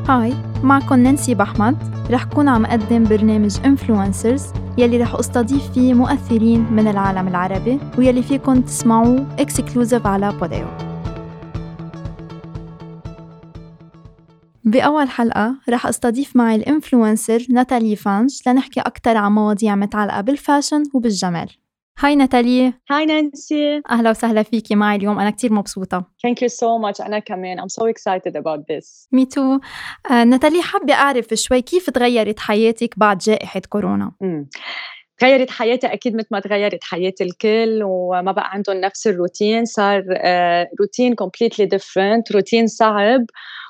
هاي، معكم نانسي بحمد. رح كون عم أقدم برنامج إنفلونسرز يلي رح أستضيف فيه مؤثرين من العالم العربي ويلي فيكن تسمعوه إكسكلوزيف على بوديو. بأول حلقة رح أستضيف معي الإنفلونسر ناتالي فانج لنحكي أكتر عن مواضيع متعلقة بالفاشن وبالجمال. هاي ناتالي. هاي نانسي. أهلا وسهلا فيكي معي اليوم، أنا كتير مبسوطة. Thank you so much. أنا كمان. I'm so excited about this. Me too. ناتالي، حابة أعرف شوي كيف تغيرت حياتك بعد جائحة كورونا؟ تغيرت حياتي أكيد مثل ما تغيرت حياة الكل، وما بقى عندهم نفس الروتين. صار روتين completely different، روتين صعب،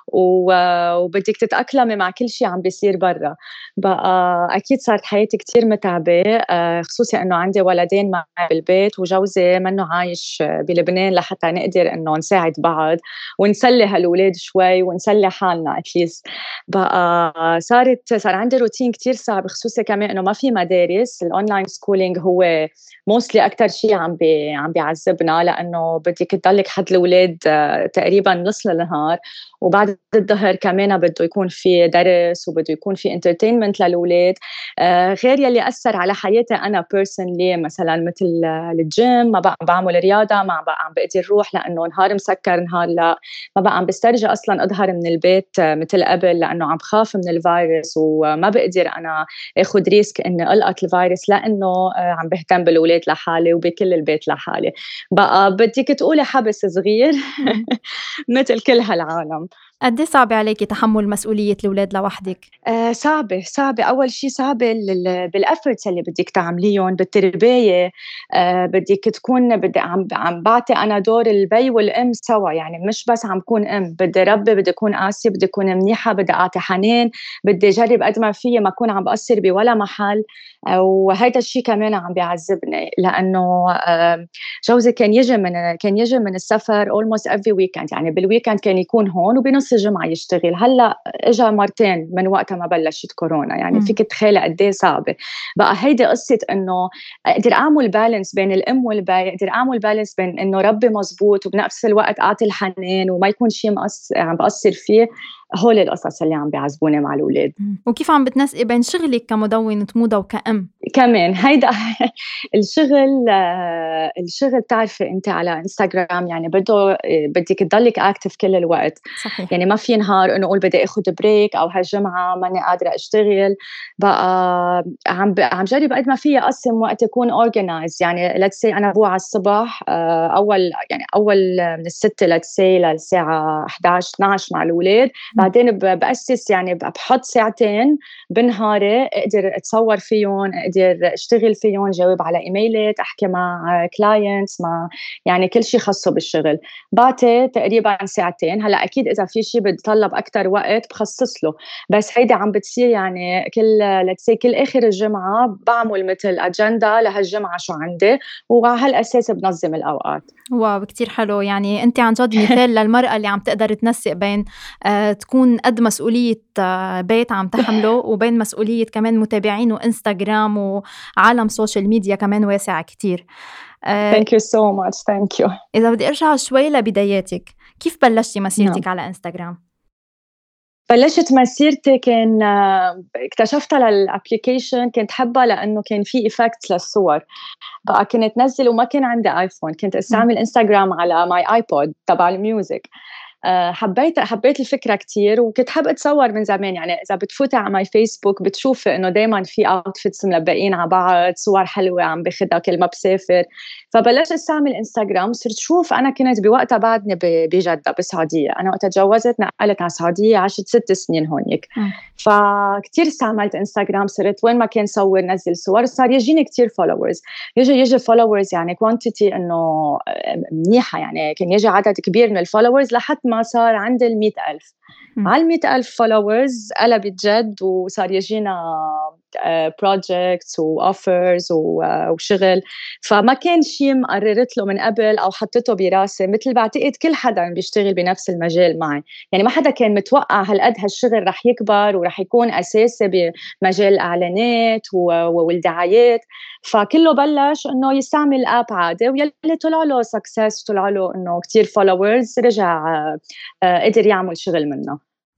وبدك تتأقلمي مع كل شيء عم بيصير برا. بقى أكيد صارت حياتي كتير متعبة، خصوصي إنه عندي ولدين معي بالبيت وجوزي منه عايش بلبنان لحتى نقدر إنه نساعد بعض ونسلي هالولاد شوي ونسلي حالنا أتليست. بقى صار عندي روتين كتير صعب، خصوصي كمان إنه ما في مدارس. الأونلاين سكولينج هو موستلي أكتر شيء عم بيعذبنا، لأنه بدك تضلك حد الولاد تقريبا نص النهار، وبعد الظهر كمان بده يكون في درس وبده يكون في انترتينمنت للولاد. غير يلي أثر على حياتي أنا بيرسونلي، مثلا مثل الجيم، ما بقى بعمل رياضة، ما بقى عم بقدر روح لأنه نهار مسكر نهار لا، ما بقى عم بسترجي أصلا أظهر من البيت مثل قبل، لأنه عم خاف من الفيروس وما بقدر أنا أخذ ريسك إني ألقط الفيروس، لأنه عم بهتم بالولاد لحالي وبكل البيت لحالي. بقى بدك تقولي حبس صغير مثل كل هالعالم. قد إيه صعب عليكي تحمل مسؤولية الأولاد لوحدك؟ صعبة. أول شيء صعبة بالأفرتس اللي بدك تعمليهم بالتربية. بدك تكون عم بعطي أنا دور البي والأم سوا، يعني مش بس عم كون أم، بدي ربي، بدي أكون قاسية، بدي أكون منيحة، بدي أعطي حنان، بدي أجرب قد ما فيي ما أكون عم بقصر بولا محل. وهيدا الشيء كمان عم بيعذبني، لأنه جوزي كان يجي من السفر almost every weekend، يعني بالويكند كان يكون هون وبنص الجمعة يشتغل. هلأ إجا مرتين من وقتها ما بلشت كورونا، يعني فيك تخيلي قد إيه صعبة. بقى هيدي قصة إنه أقدر أعمل بالانس بين الأم والبي، أقدر أعمل بالانس بين إنه ربي مزبوط وبنفس الوقت أعطي الحنان وما يكون شيء عم بقصر فيه. هول القصص اللي عم بيعذبوني مع الأولاد. وكيف عم بتنسقي بين شغلك كمدونة موضة وكأم؟ كمان هيدا الشغل بتعرفي انت على انستغرام، يعني بدك تضلك اكتف كل الوقت. صحيح. يعني ما في نهار انه اقول بدي اخذ بريك او هالجمعه ماني قادره اشتغل. بقى عم جرب قد ما فيي اقسم وقت، يكون اورجنايز. يعني ليتس سي انا بوعى الصبح، اول من 6 ليتس سي للساعه 11 12 مع الاولاد. بعدين بأسس، يعني بحط ساعتين بنهاري اقدر اتصور فيهم، اقدر اشتغل فيهم، جاوب على ايميلات، احكي مع كلاينتس، مع يعني كل شيء خاصه بالشغل. بعطي تقريبا ساعتين. هلا اكيد اذا في شيء بتطلب اكثر وقت بخصص له، بس هيدا عم بتصير يعني كل اخر الجمعه بعمل مثل اجنده لهالجمعه شو عندي، وعلى هالاساس بنظم الاوقات. واو، كتير حلو. يعني أنت عن جد مثال للمرأة اللي عم تقدر تنسق بين تكون قد مسؤولية بيت عم تحمله وبين مسؤولية كمان متابعين وإنستغرام وعالم سوشيال ميديا كمان واسع كتير. Thank you so much. Thank you. إذا بدي أرجع شوي لبداياتك، كيف بلشتي مسيرتك نعم. على إنستغرام؟ بلشت مسيرتي، كان اكتشفتها للابليكيشن، كنت حبها لأنه كان في إيفكت للصور. بقى كنت نزل، وما كان عندي آيفون، كنت استعمل إنستغرام على ماي آيبود تبع الميوزك. حبيت الفكرة كتير، وكنت حابة أتصور من زمان. يعني إذا بتفوتي على ماي فيسبوك بتشوفي إنه دايما في أوتفيتس ملبقين على بعض، صور حلوة عم باخدها كل ما بسافر. فبلشت استعمل انستغرام، صرت شوف. أنا كنت بوقتها بعدني بجدة بالسعودية، أنا وقتها تجوزت نقلت على السعودية، عشت 6 سنين هونيك. فكتير استعملت انستغرام، صرت وين ما كان صور نزل صور، صار يجيني كتير فولورز. يجي فولورز، يعني كوانتيتي إنه منيحة، يعني كان يجي عدد كبير من الفولورز لحد ما صار عند 100,000. على 100,000 فولورز قلبت جد، وصار يجينا بروجيكتس وأوفرز وشغل. فما كان شيء مقررت له من قبل أو حطيته براسي، مثل بعتقد كل حدا بيشتغل بنفس المجال معي. يعني ما حدا كان متوقع هالقد هالشغل رح يكبر ورح يكون أساسي بمجال الإعلانات والدعايات. فكله بلش إنه يستعمل آب عادي، ويلي طلع له سكسس، طلع له إنه كتير فولورز، رجع قدر يعمل شغل منه.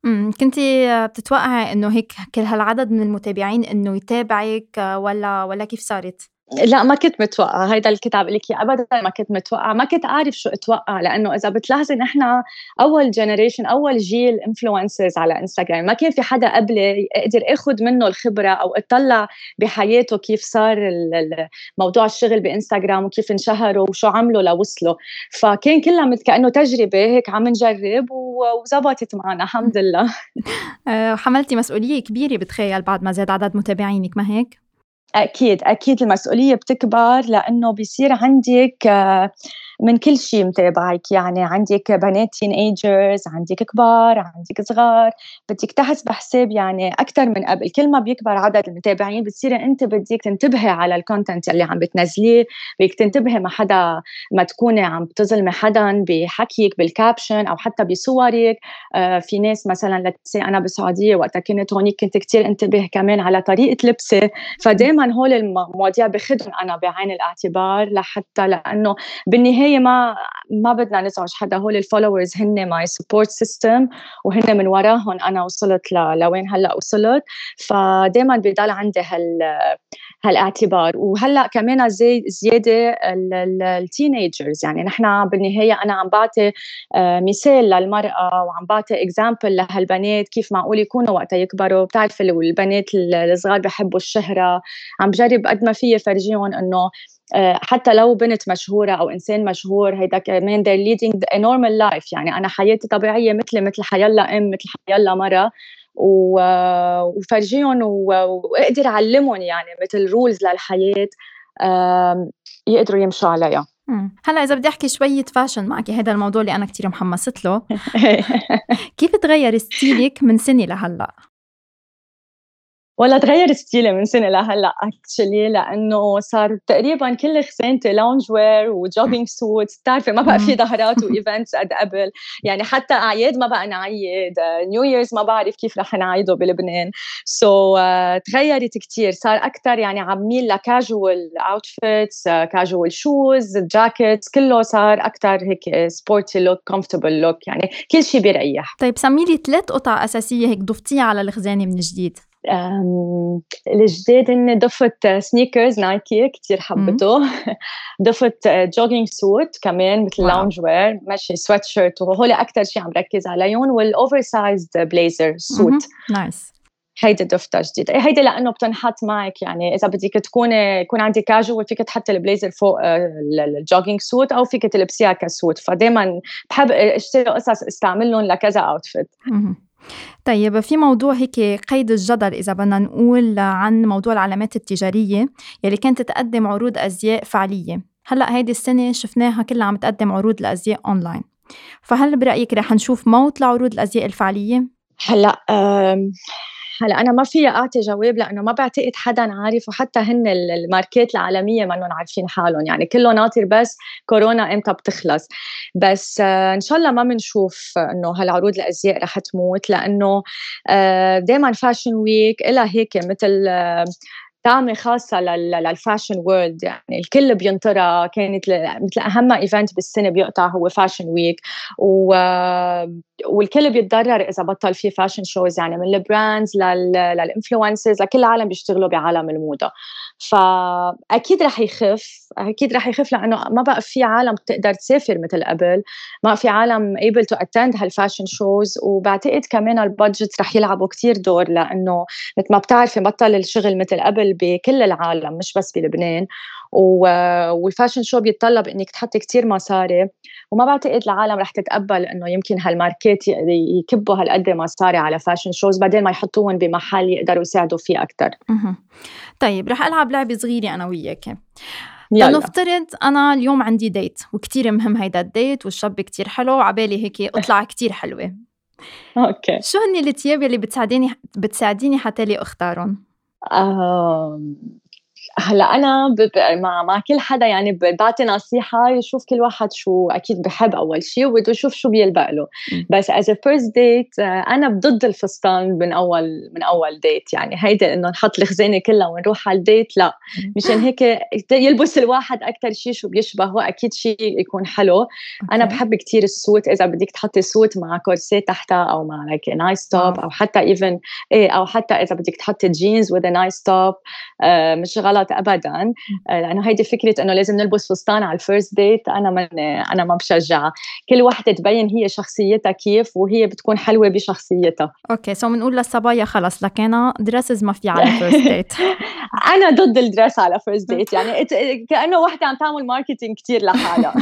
كنتِ بتتوقعي إنه هيك كل هالعدد من المتابعين إنه يتابعِك والّا كيف صارت؟ لأ ما كنت متوقعة، هيدا اللي كنت عم باقول لِك إياه أبدًا ما كنت متوقعة، ما كنت أعرف شو أتوقع، لإنه إذا بتلاحظي نحن أول generation أول جيل influencers على إنستغرام، ما كان في حدا قبلي أقدر آخُد منّه الخبرة أو أطلّع بحياته كيف صار موضوع الشغل بإنستغرام وكيف انشهروا وشو عملوا لوصلوا، فكان كلّها كإنه تجربة هيك عم نجرّب وزبطت معنا الحمد لله. حملتِ مسؤولية كبيرة باتخيّل بعد ما زاد عدد متابعينِك، ما هيك؟ أكيد، أكيد المسؤولية بتكبر لإنه بيصير عندِك من كل شي متابعِك، يعني عندِك بنات teenagers عندِك كبار، عندِك صغار، بدِّك تحسبي حساب يعني أكتر من قبل، كل ما بيكبر عدد المتابعين بتصيري أنتِ بدِّك تنتبهي على الcontent يلّي عم بتنزليه، بدِّك تنتبهي ما تكوني عم تظلمي حدًا بحكيِك بالcaption أو حتى بصورِك، في ناس مثلًا let's say أنا بالسعودية وقتها كنت هونيك كنت كتير انتبه كمان على طريقة لبسي، فدايمًا هول المواضيع باخدهم أنا بعين الاعتبار لإنه بالنهاية ما بدنا نزعج حدا، هول الfollowers هن my support system وهن من وراهم أنا وصلت لوين هلأ وصلت، فدايمًا بيضل عندي هالاعتبار، وهلأ كمان زيادة الteenagers يعني نحن بالنهاية أنا عم باعطي مثال للمرأة وعم باعطي example لهالبنات كيف معقول يكونوا وقتها يكبروا، بتعرفي البنات الصغار بيحبوا الشهرة، عم بجرب قد ما فيي فرجيهم إنه حتى لو بنت مشهورة أو إنسان مشهور هيدا كمان they're leading a normal life، يعني أنا حياتي طبيعية مثلي مثل حيالّا مثل حيالّا مرة وفرجيهم وأقدر أعلّمهم يعني مثل rules للحياة يقدروا يمشوا عليها. هلأ إذا بدي أحكي شوية fashion معك، هيدا الموضوع اللي أنا كتير محمّست له، كيف تغيّر ستيلِك من سنة لهلأ؟ والله تغيّر ستيلي من سنة لهلّأ actually لإنه صار تقريبًا كل خزانتي lounge wear وjogging suits، بتعرفي ما بقى في إمم. ظهرات وevents قد قبل، يعني حتى أعياد ما بقى نعيّد، New Year's ما باعرف كيف رح نعيده بلبنان، so تغيّرت كتير، صار أكتر يعني عم ميل لcasual outfits، casual shoes، jackets، كلّه صار أكتر هيك sporty look، comfortable look، يعني كل شي بيريّح. طيب سمّي لي 3 قطع أساسية هيك ضفتيها على الخزانة من جديد. الجداد هن ضفت sneakers نايكي كتير إمم. حبّيته، ضفت jogging suit كمان متل واو! lounge wear ماشي sweatshirt وهول أكتر شي عم ركّز عليهم والoversized blazer suit نايس. هيدي ضفتها جديدة، هيدي لإنه بتنحط معِك يعني إذا بدِّك يكون عندِك casual فيكِ تحطّي البلايزر فوق الjogging suit أو فيكِ تلبسيها كسوت، فدايمًا باحب أشتري قصص استعملهم لكذا outfit. اهم. طيب في موضوع هيك قيد الجدل إذا بدنا نقول عن موضوع العلامات التجارية يلي كانت تقدم عروض أزياء فعلية، هلأ هيدي السنة شفناها كلها عم تقدم عروض الأزياء أونلاين، فهل برأيك رح نشوف موت لعروض الأزياء الفعلية؟ هلأ هلأ أنا ما فيّا أعطي جواب لإنه ما باعتقد حدًا عارف وحتى هن الماركات العالمية منّن عارفين حالهم، يعني كلّه ناطر بس كورونا إمتى بتخلص، بس إن شاء الله ما بنشوف إنه هالعروض الأزياء رح تموت، لإنه دايمًا fashion week إلها هيك متل دعمة خاصة للfashion world يعني الكل بينطرها، كانت متل أهم event بالسنة بيقطع هو fashion week و والكل بيتضرر إذا بطّل في fashion shows يعني من الbrands للinfluencers لكل العالم بيشتغلوا بعالم الموضة، فأكيد رح يخف، أكيد رح يخف لإنه ما بقى في عالم بتقدر تسافر متل قبل، ما بقى في عالم able to attend هالfashion shows وباعتقد كمان الbudget رح يلعبوا كتير دور لإنه متل ما بتعرفي بطّل الشغل متل قبل بكل العالم مش بس بلبنان، والfashion show بيتطلّب إنِّك تحطّي كتير مصاري، وما باعتقد العالم رح تتقبّل إنه يمكن هالماركات يكبّوا هالقد مصاري على fashion shows بدال ما يحطّوهن بمحل يقدروا يساعدوا فيه أكتر. اهم. طيب رح ألعب لعبة صغيرة أنا وياكِ، يالّا. لنفترض أنا اليوم عندي date وكتير مهم هيدا الdate والشاب كتير حلو وعبالي هيك أطلع كتير حلوة، أوكي. شو هن التياب يلي بتساعديني حتى لي أختارن؟ آمم هلا انا مع كل حدا يعني بعطي نصيحه يشوف كل واحد شو اكيد بحب اول شيء وبده يشوف شو بيلبق له. بس as a first date انا ضد الفستان من اول ديت، يعني هيدا انه نحط الخزانه كلها ونروح على الديت، لا. مشان هيك يلبس الواحد اكثر شيء شو بيشبهه، اكيد شيء يكون حلو. انا بحب كتير السوت، اذا بدك تحطي سوت مع كورسيه تحتها او مع like a nice top او حتى even او حتى اذا بدك تحطي جينز with a nice top مش غلط ابدا. لانه هيدي فكره انه لازم نلبس فستان على الفيرست ديت، انا ما بشجعها. كل وحده تبين هي شخصيتها كيف، وهي بتكون حلوه بشخصيتها. اوكي سو بنقول للصبايا خلص لكن دراسز ما في على فيرست ديت. انا ضد الدرس على فيرست ديت، يعني كانه وحده عم تعمل ماركتينج كتير لحالها.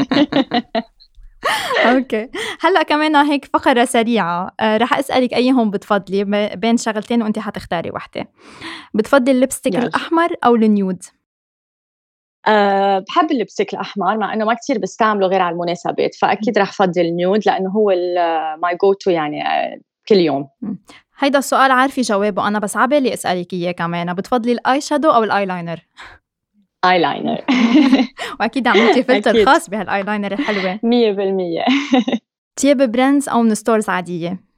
اوكي هلا كمان هيك فقره سريعه، رح اسالك ايهم بتفضلي بين شغلتين وانت حتختاري وحده. بتفضلي الليبستيك الاحمر او النيود؟ بحب اللبستيك الأحمر، مع إنه ما كتير بستعمله غير على المناسبات، فأكيد رح فضل النيود لأنه هو ماي جو تو يعني كل يوم. هيدا السؤال عارفة جوابه أنا، بس عبالي أسألك إياه كمان، بتفضلي الآي شادو أو الآيلاينر؟ آيلاينر. وأكيد عملتي فلتر خاص بهالآيلاينر الحلوة. 100%. تياب براندز أو من ستورز عادية؟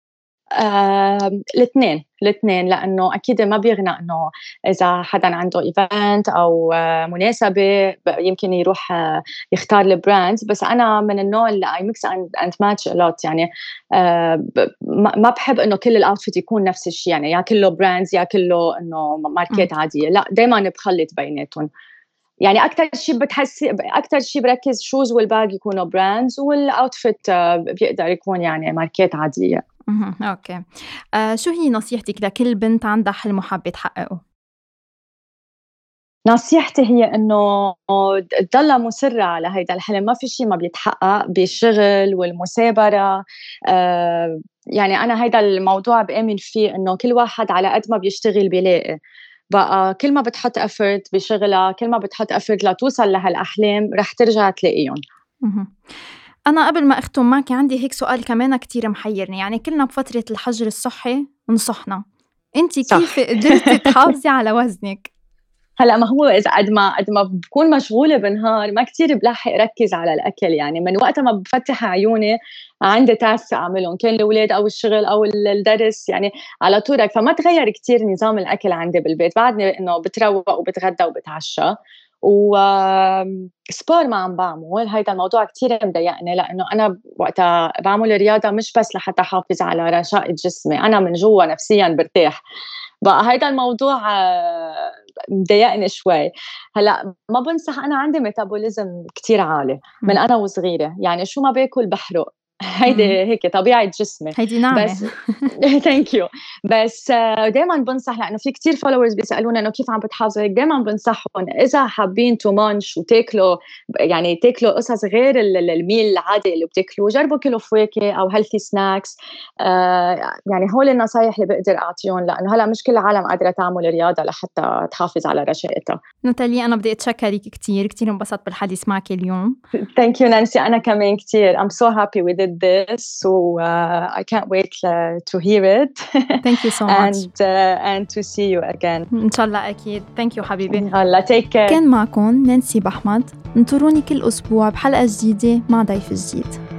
الاثنين لأنه أكيد ما بيغنى إنه إذا حدا عنده إيفنت أو مناسبة يمكن يروح يختار البراندز، بس أنا من النوع اللي I mix and match a lot، يعني ما بحب إنه كل الأوتفيت يكون نفس الشيء، يعني يا كله براندز يا كله إنه ماركات عادية، لا دايما بخلط بيناتهم. يعني أكتر شيء بركز شوز والباج يكونوا براندز، والأوتفيت بيقدر يكون يعني ماركات عادية. أوكي شو هي نصيحتك لكل بنت عندها حلم وحابة تحققه؟ نصيحتي هي إنه تضلها مصرة على هيدا الحلم، ما في شيء ما بيتحقق بالشغل والمثابرة. يعني أنا هيدا الموضوع بآمن فيه، إنه كل واحد على قد ما بيشتغل بيلاقي. بقى كل ما بتحط effort بشغلها، كل ما بتحط effort لتوصل لهالأحلام رح ترجع تلاقيهم. أنا قبل ما أختم معك عندي هيك سؤال كمان كتير محيرني، يعني كلنا بفترة الحجر الصحي نصحنا، أنتِ كيف قدرتي تحافظي على وزنك؟ هلا ما هو إذا قد ما بكون مشغولة بالنهار ما كتير بلاحق ركز على الأكل، يعني من وقت ما بفتح عيوني عندي تاسك أعملهم، كان الأولاد أو الشغل أو الدرس، يعني على طول. فما تغير كتير نظام الأكل عندي بالبيت، بعدني إنه بتروق وبتغدى وبتعشى، وسبور ما عم بعمل. هيدا الموضوع كتير مضايقني، لأنه أنا وقتها بعمل رياضة مش بس لحتى حافظ على رشاقة جسمي، أنا من جوا نفسيا برتاح. بقى هيدا الموضوع مضايقني شوي. هلا ما بنصح، أنا عندي ميتابوليزم كتير عالي من أنا وصغيرة، يعني شو ما باكل بحرق، هيدي هيك طبيعة جسمي. هيدي نعمة. بس ثانك يو. بس دائما بنصح، لأنه في كتير فولورز بيسألونا إنه كيف عم بتحافظوا هيك، دائما بنصحهم إذا حابين تو مانش وتاكلوا، يعني تاكلوا قصص غير الميل العادي اللي بتاكلوه، جربوا كلوا فواكه أو هيلثي سناكس. يعني هول النصايح اللي بقدر أعطيهم، لأنه هلا مش كل العالم قادرة تعمل رياضة لحتى تحافظ على رشاقتها. ناتالي أنا بدي أتشكرك كتير انبسطت بالحديث معك اليوم. Thank you Nancy، أنا كمان كتير I'm so happy we did this, so I can't wait to hear it. Thank you so much. and to see you again. إن شاء الله أكيد. Thank you حبيبي. الله take care. كان معكم نانسي بحمد، انطروني كل أسبوع بحلقة جديدة مع ضيف جديد.